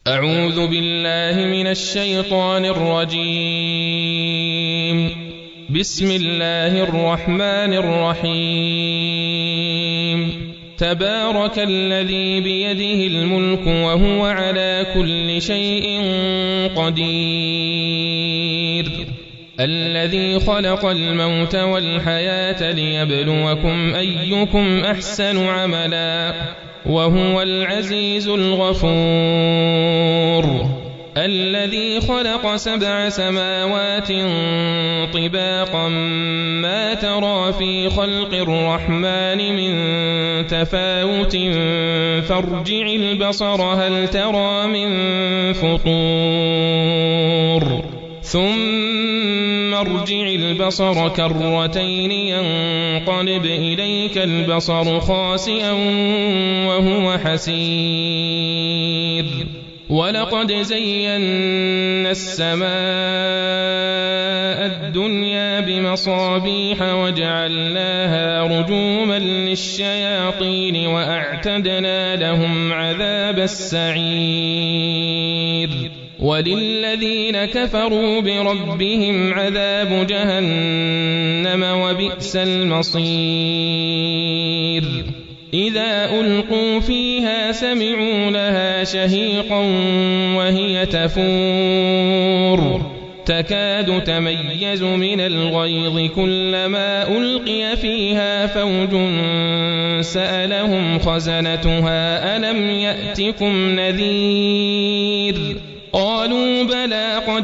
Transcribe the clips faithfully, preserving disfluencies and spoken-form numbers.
أعوذ بالله من الشيطان الرجيم. بسم الله الرحمن الرحيم. تبارك الذي بيده الملك وهو على كل شيء قدير، الذي خلق الموت والحياة ليبلوكم أيكم أحسن عملا وهو العزيز الغفور، الذي خلق سبع سماوات طباقا ما ترى في خلق الرحمن من تفاوت فارجع البصر هل ترى من فطور ثم ارجع البصر كرتين ينقلب إليك البصر خاسئا وهو حسير، ولقد زينا السماء الدنيا بمصابيح وجعلناها رجوما للشياطين وأعتدنا لهم عذاب السعير، وللذين كفروا بربهم عذاب جهنم وبئس المصير. إذا ألقوا فيها سمعوا لها شهيقا وهي تفور تكاد تميز من الغيظ كلما ألقي فيها فوج سألهم خزنتها ألم يأتكم نذير قالوا بلى قد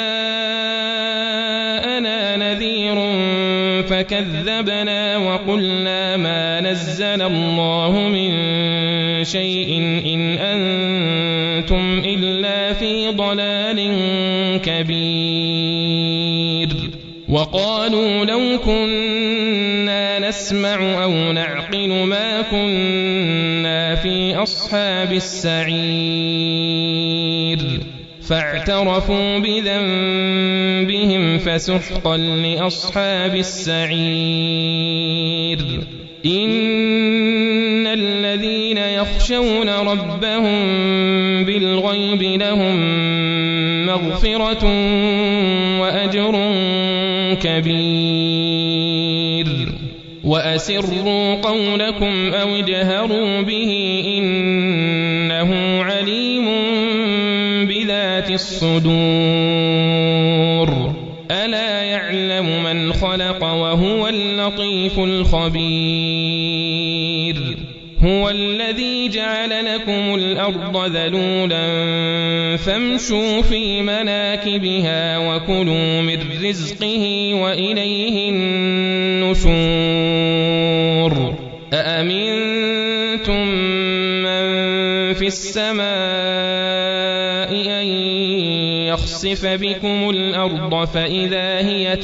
جاءنا نذير فكذبنا وقلنا ما نزل الله من شيء إن أنتم إلا في ضلال كبير. وقالوا لو كنا نسمع أو نعقل ما كنا في أصحاب السعير، فاعترفوا بذنبهم فسحقا لأصحاب السعير. إن الذين يخشون ربهم بالغيب لهم مغفرة وأجر كبير. وأسروا قولكم أو اجهروا به إنه عليم بذات الصدور. ألا يعلم من خلق وهو اللطيف الخبير. هو الذي جعل لكم الأرض ذلولا فامشوا في مناكبها وكلوا من رزقه وإليه النشور. أأمنتم من في السماء أن يخسف بكم الأرض فإذا هي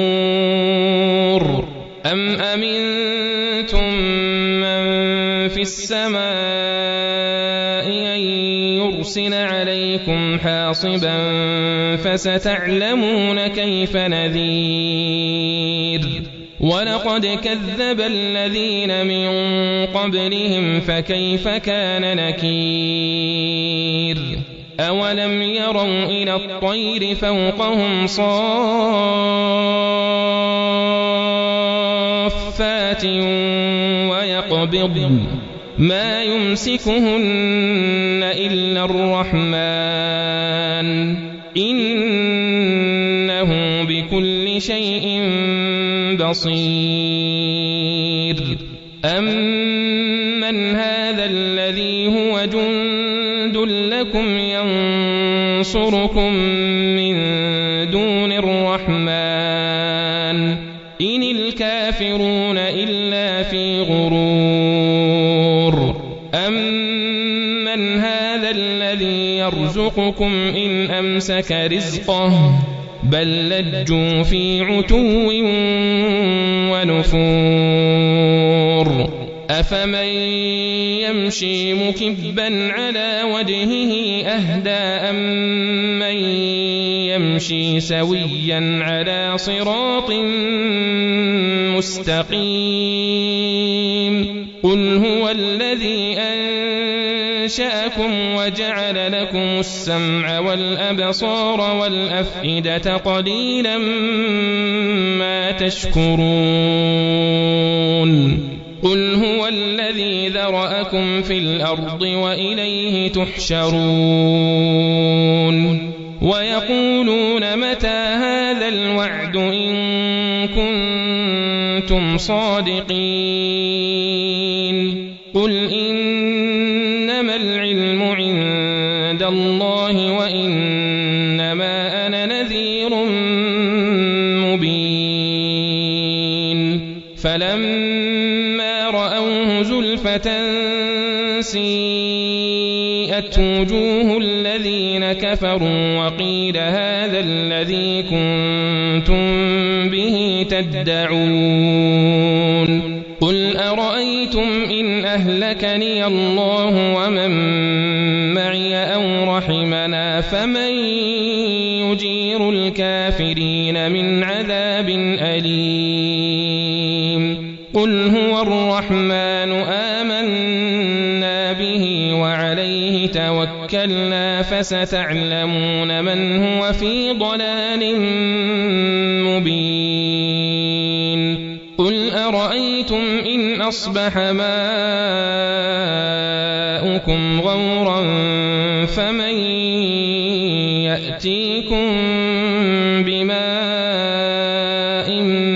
تمور أم أمنتم من في السماء أن يرسل عليكم حاصبا فستعلمون كيف نذير. ولقد كذب الذين من قبلهم فكيف كان نكير. أولم يروا إلى الطير فوقهم صافات ويقبضن ما يمسكهن إلا الرحمن إنه بكل شيء بصير. أمن هذا الذي هو جند لكم ينصركم من دون الرحمن إن الكافرون إلا في غرور. أمن هذا الذي يرزقكم إن أمسك رزقه بل لجوا في عتو ونفور. أفمن يمشي مكبا على وجهه أهدى أمن يمشي سويا على صراط مستقيم. قل هو الذي أنشأ أنشأكم وجعل لكم السمع والأبصار والأفئدة قليلا ما تشكرون قل هو الذي ذرأكم في الأرض وإليه تحشرون ويقولون متى هذا الوعد إن كنتم صادقين قل إنما العلم عند الله وإنما أنا نذير مبين فلما رأوه زلفة سيئت وجوه الذين كفروا وقيل هذا الذي كنتم به تدعون قل أرأيتم إن أهلكني الله ومن معي أو رحمنا فمن يجير الكافرين من عذاب أليم قل هو الرحمن آمنا به وعليه توكلنا فستعلمون من هو في ضلال مبين قل أرأيتم إن أصبح ماؤكم غورا فمن يأتيكم بماء